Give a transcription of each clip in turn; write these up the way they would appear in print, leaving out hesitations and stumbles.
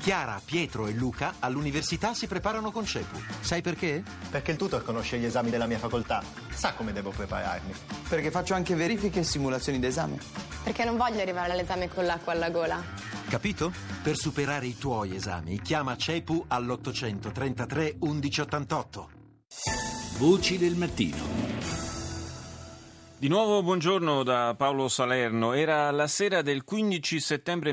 Chiara, Pietro e Luca all'università si preparano con CEPU. Sai perché? Perché il tutor conosce gli esami della mia facoltà. Sa come devo prepararmi. Perché faccio anche verifiche e simulazioni d'esame. Perché non voglio arrivare all'esame con l'acqua alla gola. Capito? Per superare i tuoi esami, chiama CEPU all'833 1188. Voci del mattino. Di nuovo buongiorno da Paolo Salerno. Era la sera del 15 settembre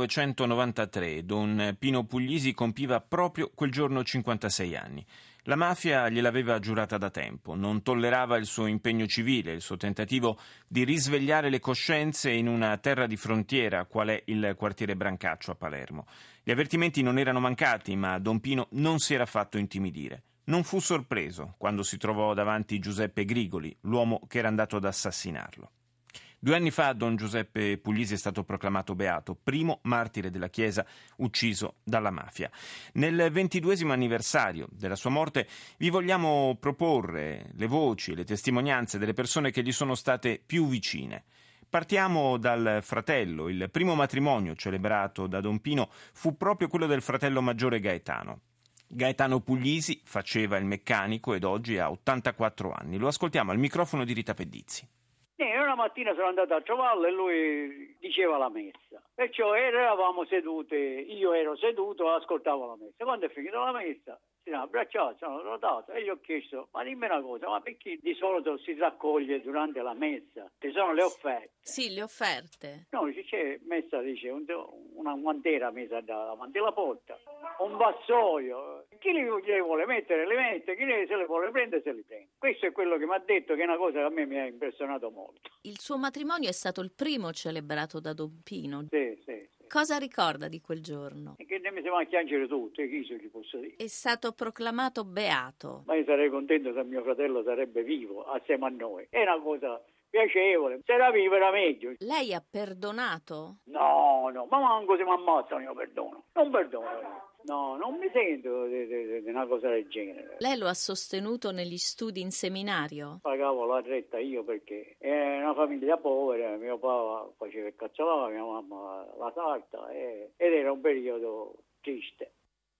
1993. Don Pino Puglisi compiva proprio quel giorno 56 anni. La mafia gliel'aveva giurata da tempo, non tollerava il suo impegno civile, il suo tentativo di risvegliare le coscienze in una terra di frontiera, qual è il quartiere Brancaccio a Palermo. Gli avvertimenti non erano mancati, ma Don Pino non si era fatto intimidire. Non fu sorpreso quando si trovò davanti Giuseppe Grigoli, l'uomo che era andato ad assassinarlo. 2 anni fa Don Giuseppe Puglisi è stato proclamato beato, primo martire della Chiesa ucciso dalla mafia. Nel 22° anniversario della sua morte vi vogliamo proporre le voci e le testimonianze delle persone che gli sono state più vicine. Partiamo dal fratello. Il primo matrimonio celebrato da Don Pino fu proprio quello del fratello maggiore Gaetano. Gaetano Puglisi faceva il meccanico ed oggi ha 84 anni. Lo ascoltiamo al microfono di Rita Pedizzi. Una mattina sono andato a trovarlo e lui diceva la messa. Perciò eravamo seduti, io ero seduto e ascoltavo la messa. Quando è finita la messa, si sono abbracciati, sono rotato e gli ho chiesto: ma dimmi una cosa, ma perché di solito si raccoglie durante la messa? Ci sono le offerte. Sì, le offerte. No, c'è messa, dice, una guantiera messa davanti alla porta, un vassoio. Chi li vuole mettere, le mette, chi se le vuole prendere, se li prende. Questo è quello che mi ha detto, che è una cosa che a me mi ha impressionato molto. Il suo matrimonio è stato il primo celebrato da Don Pino. Sì. Cosa ricorda di quel giorno? E che ne mi si va a chiangere tutto, chi se gli posso dire. È stato proclamato beato. Ma io sarei contento se mio fratello sarebbe vivo assieme a noi. È una cosa piacevole. Se era vivo era meglio. Lei ha perdonato? No, ma manco se mi ammazzano io perdono. Non perdono. No, non mi sento di una cosa del genere. Lei lo ha sostenuto negli studi in seminario? Pagavo la retta io perché è una famiglia povera, mio papà faceva il cazzolaro, mia mamma la sarta ed era un periodo triste.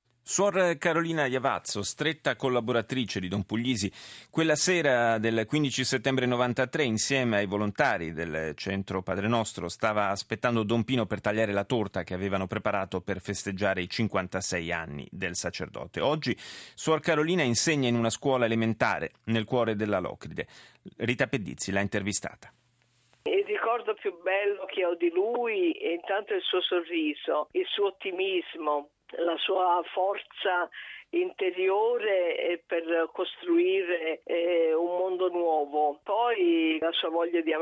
Suor Carolina Iavazzo, stretta collaboratrice di Don Puglisi, quella sera del 15 settembre 93 insieme ai volontari del centro Padre Nostro stava aspettando Don Pino per tagliare la torta che avevano preparato per festeggiare i 56 anni del sacerdote. Oggi Suor Carolina insegna in una scuola elementare nel cuore della Locride. Rita Pedizzi l'ha intervistata. Il ricordo più bello che ho di lui è intanto il suo sorriso, il suo ottimismo, la sua forza interiore per costruire un mondo nuovo. Poi la sua voglia di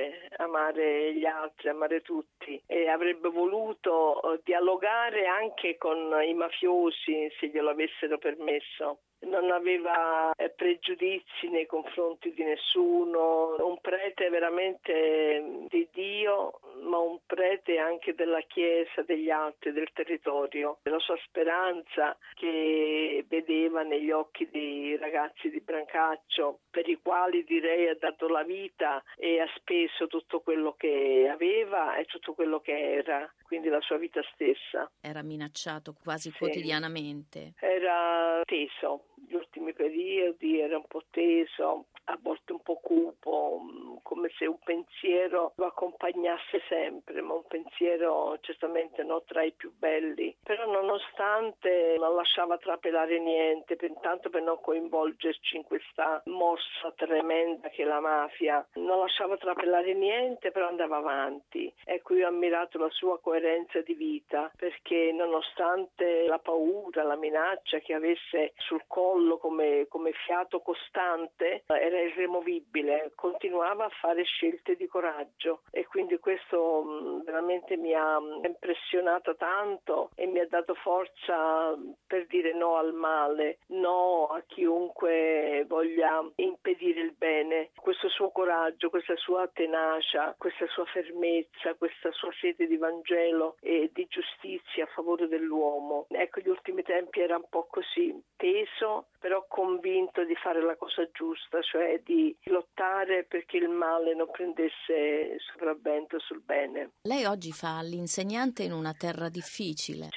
amare gli altri, amare tutti, e avrebbe voluto dialogare anche con i mafiosi se glielo avessero permesso. Non aveva pregiudizi nei confronti di nessuno, un prete veramente di Dio, ma un prete anche della Chiesa, degli altri, del territorio. La sua speranza che vedeva negli occhi dei ragazzi di Brancaccio, per i quali direi ha dato la vita e ha speso tutto quello che aveva e tutto quello che era, quindi la sua vita stessa. Era minacciato quasi quotidianamente. Era teso. Gli ultimi periodi era un po' teso, a volte un po' cupo, come se un pensiero lo accompagnasse sempre, ma un pensiero certamente non tra i più belli. Però nonostante non lasciava trapelare niente, intanto per non coinvolgerci in questa mossa tremenda che è la mafia, non lasciava trapelare niente, però andava avanti. Ecco, io ho ammirato la sua coerenza di vita, perché nonostante la paura, la minaccia che avesse sul collo come fiato costante, era irremovibile, continuava a fare scelte di coraggio, e quindi questo veramente mi ha impressionata tanto e mi ha dato forza per dire no al male, no a chiunque voglia impedire il bene. Questo suo coraggio, questa sua tenacia, questa sua fermezza, questa sua sete di Vangelo e di giustizia a favore dell'uomo. Ecco, gli ultimi tempi era un po' così, teso, però convinto di fare la cosa giusta, cioè di lottare perché il male non prendesse sopravvento sul bene. Lei oggi fa l'insegnante in una terra difficile. Cerco di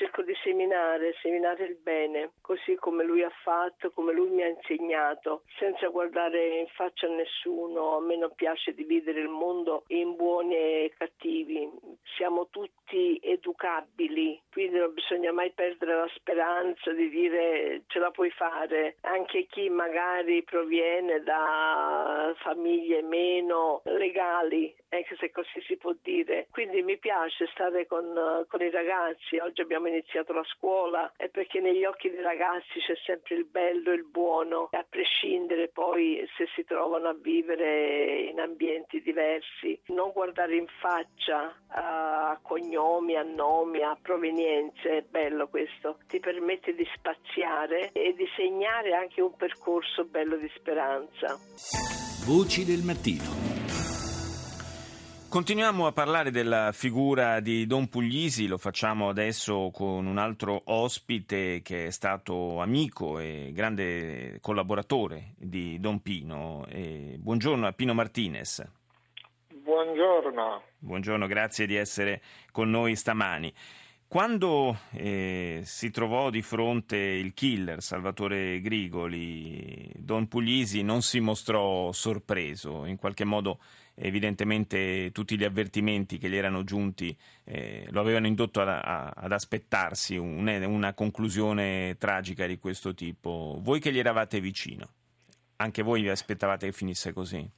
seminare il bene, così come lui ha fatto, come lui mi ha insegnato, senza guardare in faccia a nessuno. A me non piace dividere il mondo in buoni e cattivi, siamo tutti educabili, quindi non bisogna mai perdere la speranza di dire ce la puoi fare, anche chi magari proviene da famiglie meno legali, se così si può dire. Quindi mi piace stare con i ragazzi. Oggi abbiamo iniziato la scuola, e perché negli occhi dei ragazzi c'è sempre il bello e il buono, a prescindere poi se si trovano a vivere in ambienti diversi. Non guardare in faccia a cognomi, a nomi, a provenienze, è bello questo, ti permette di spaziare e di segnare anche un percorso bello di speranza. Voci del mattino. Continuiamo a parlare della figura di Don Puglisi, lo facciamo adesso con un altro ospite che è stato amico e grande collaboratore di Don Pino. Buongiorno a Pino Martinez. Buongiorno. Buongiorno, grazie di essere con noi stamani. Quando si trovò di fronte il killer Salvatore Grigoli, Don Puglisi non si mostrò sorpreso, in qualche modo evidentemente tutti gli avvertimenti che gli erano giunti lo avevano indotto ad aspettarsi una conclusione tragica di questo tipo. Voi che gli eravate vicino, anche voi vi aspettavate che finisse così?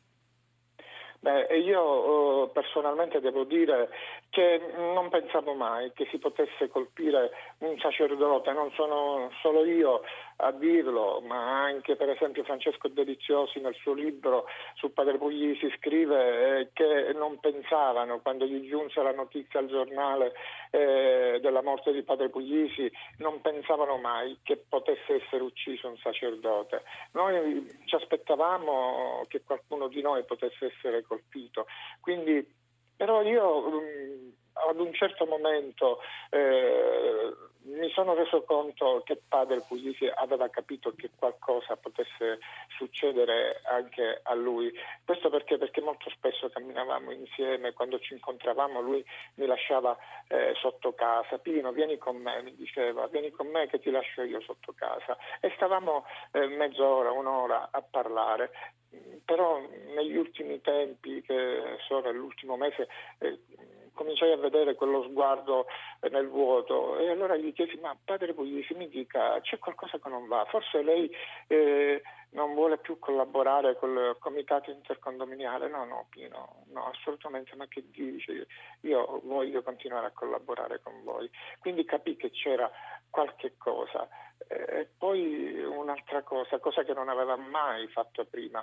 Io personalmente devo dire che non pensavo mai che si potesse colpire un sacerdote. Non sono solo io a dirlo, ma anche per esempio Francesco Deliziosi nel suo libro su Padre Puglisi scrive che non pensavano, quando gli giunse la notizia al giornale della morte di Padre Puglisi, non pensavano mai che potesse essere ucciso un sacerdote. Noi ci aspettavamo che qualcuno di noi potesse essere colpito, quindi però io ad un certo momento mi sono reso conto che Padre Puglisi aveva capito che qualcosa potesse succedere anche a lui. Questo perché molto spesso camminavamo insieme, quando ci incontravamo lui mi lasciava sotto casa. Pino, vieni con me, mi diceva, vieni con me che ti lascio io sotto casa. E stavamo mezz'ora, un'ora a parlare. Però negli ultimi tempi, che sono l'ultimo mese, cominciai a vedere quello sguardo nel vuoto, e allora gli chiesi: ma Padre Puglisi, mi dica, c'è qualcosa che non va? Forse lei non vuole più collaborare col comitato intercondominiale? No Pino, no, assolutamente, ma che dici? Io voglio continuare a collaborare con voi. Quindi capì che c'era qualche cosa. E poi un'altra cosa che non aveva mai fatto prima,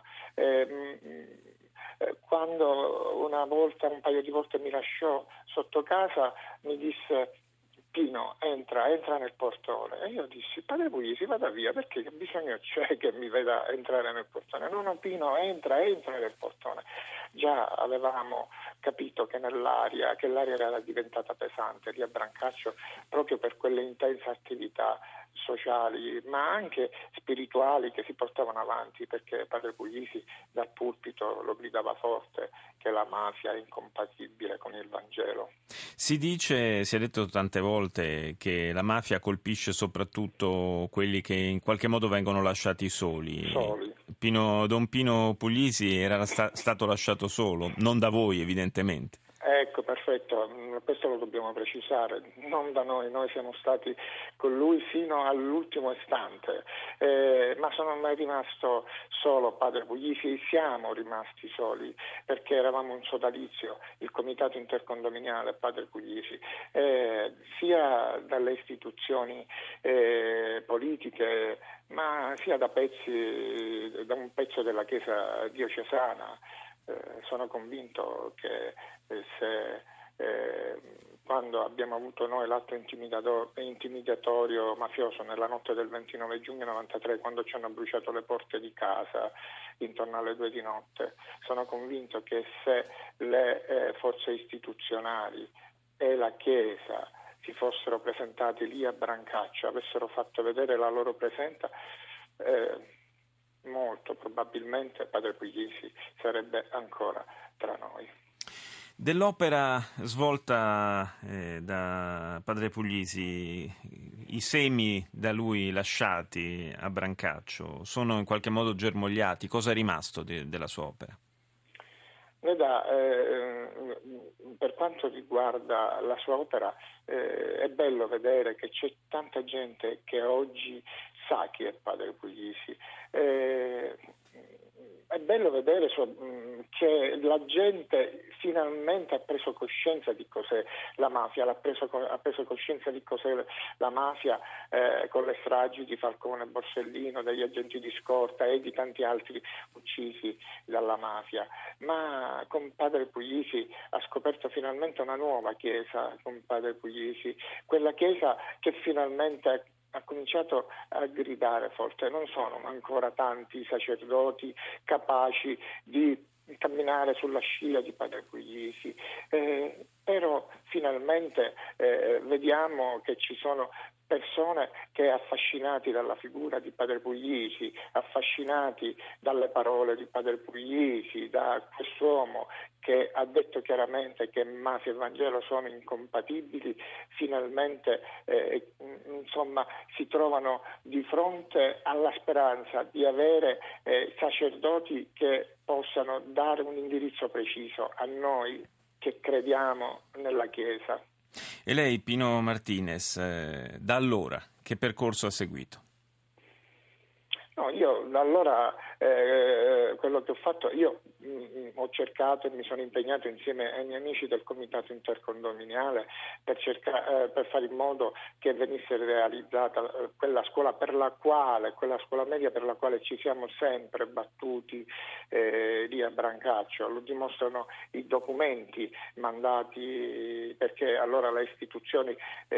quando un paio di volte mi lasciò sotto casa, mi disse: Pino, entra nel portone. E io dissi: Padre Puglisi, vada via, perché che bisogno c'è che mi veda entrare nel portone? No Pino, entra nel portone. Già avevamo capito che l'aria era diventata pesante lì a Brancaccio, proprio per quelle intense attività sociali, ma anche spirituali che si portavano avanti, perché Padre Puglisi dal pulpito lo gridava forte che la mafia è incompatibile con il Vangelo. Si è detto tante volte che la mafia colpisce soprattutto quelli che in qualche modo vengono lasciati soli. Don Pino Puglisi era stato lasciato solo, non da voi evidentemente. Ecco, perfetto, questo lo dobbiamo precisare, non da noi siamo stati con lui fino all'ultimo istante, ma sono mai rimasto solo Padre Puglisi, siamo rimasti soli perché eravamo un sodalizio, il comitato intercondominiale Padre Puglisi, sia dalle istituzioni politiche, ma sia da un pezzo della Chiesa diocesana. Sono convinto che quando abbiamo avuto noi l'atto intimidatorio mafioso nella notte del 29 giugno 93, quando ci hanno bruciato le porte di casa intorno alle 2 di notte, sono convinto che se le forze istituzionali e la Chiesa si fossero presentati lì a Brancaccio, avessero fatto vedere la loro presenza, molto probabilmente Padre Puglisi sarebbe ancora tra noi. Dell'opera svolta da Padre Puglisi, i semi da lui lasciati a Brancaccio sono in qualche modo germogliati? Cosa è rimasto della sua opera? Veda, per quanto riguarda la sua opera, è bello vedere che c'è tanta gente che oggi sa chi è Padre Puglisi. È bello vedere che la gente finalmente ha preso coscienza di cos'è la mafia, ha preso coscienza di cos'è la mafia con le stragi di Falcone e Borsellino, degli agenti di scorta e di tanti altri uccisi dalla mafia. Ma con Padre Puglisi ha scoperto finalmente una nuova chiesa, con Padre Puglisi, quella chiesa che finalmente ha cominciato a gridare forte. Non sono ancora tanti i sacerdoti capaci di camminare sulla scia di Padre Puglisi, però finalmente vediamo che ci sono persone che, affascinati dalla figura di Padre Puglisi, affascinati dalle parole di Padre Puglisi, da quest'uomo che ha detto chiaramente che mafia e Vangelo sono incompatibili, finalmente si trovano di fronte alla speranza di avere sacerdoti che possano dare un indirizzo preciso a noi che crediamo nella Chiesa. E lei, Pino Martinez, da allora che percorso ha seguito? No, io da allora quello che ho fatto, io ho cercato e mi sono impegnato insieme ai miei amici del comitato intercondominiale per fare in modo che venisse realizzata quella scuola media per la quale ci siamo sempre battuti lì a Brancaccio. Lo dimostrano i documenti mandati, perché allora le istituzioni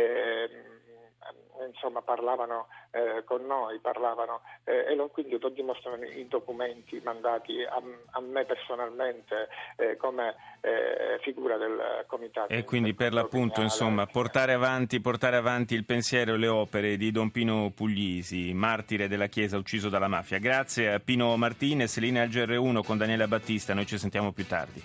parlavano con noi, quindi lo dimostrano i documenti mandati a me personalmente come figura del comitato. E quindi per l'appunto portare avanti il pensiero e le opere di Don Pino Puglisi, martire della Chiesa ucciso dalla mafia. Grazie a Pino Martinez, linea al GR1 con Daniela Battista, noi ci sentiamo più tardi.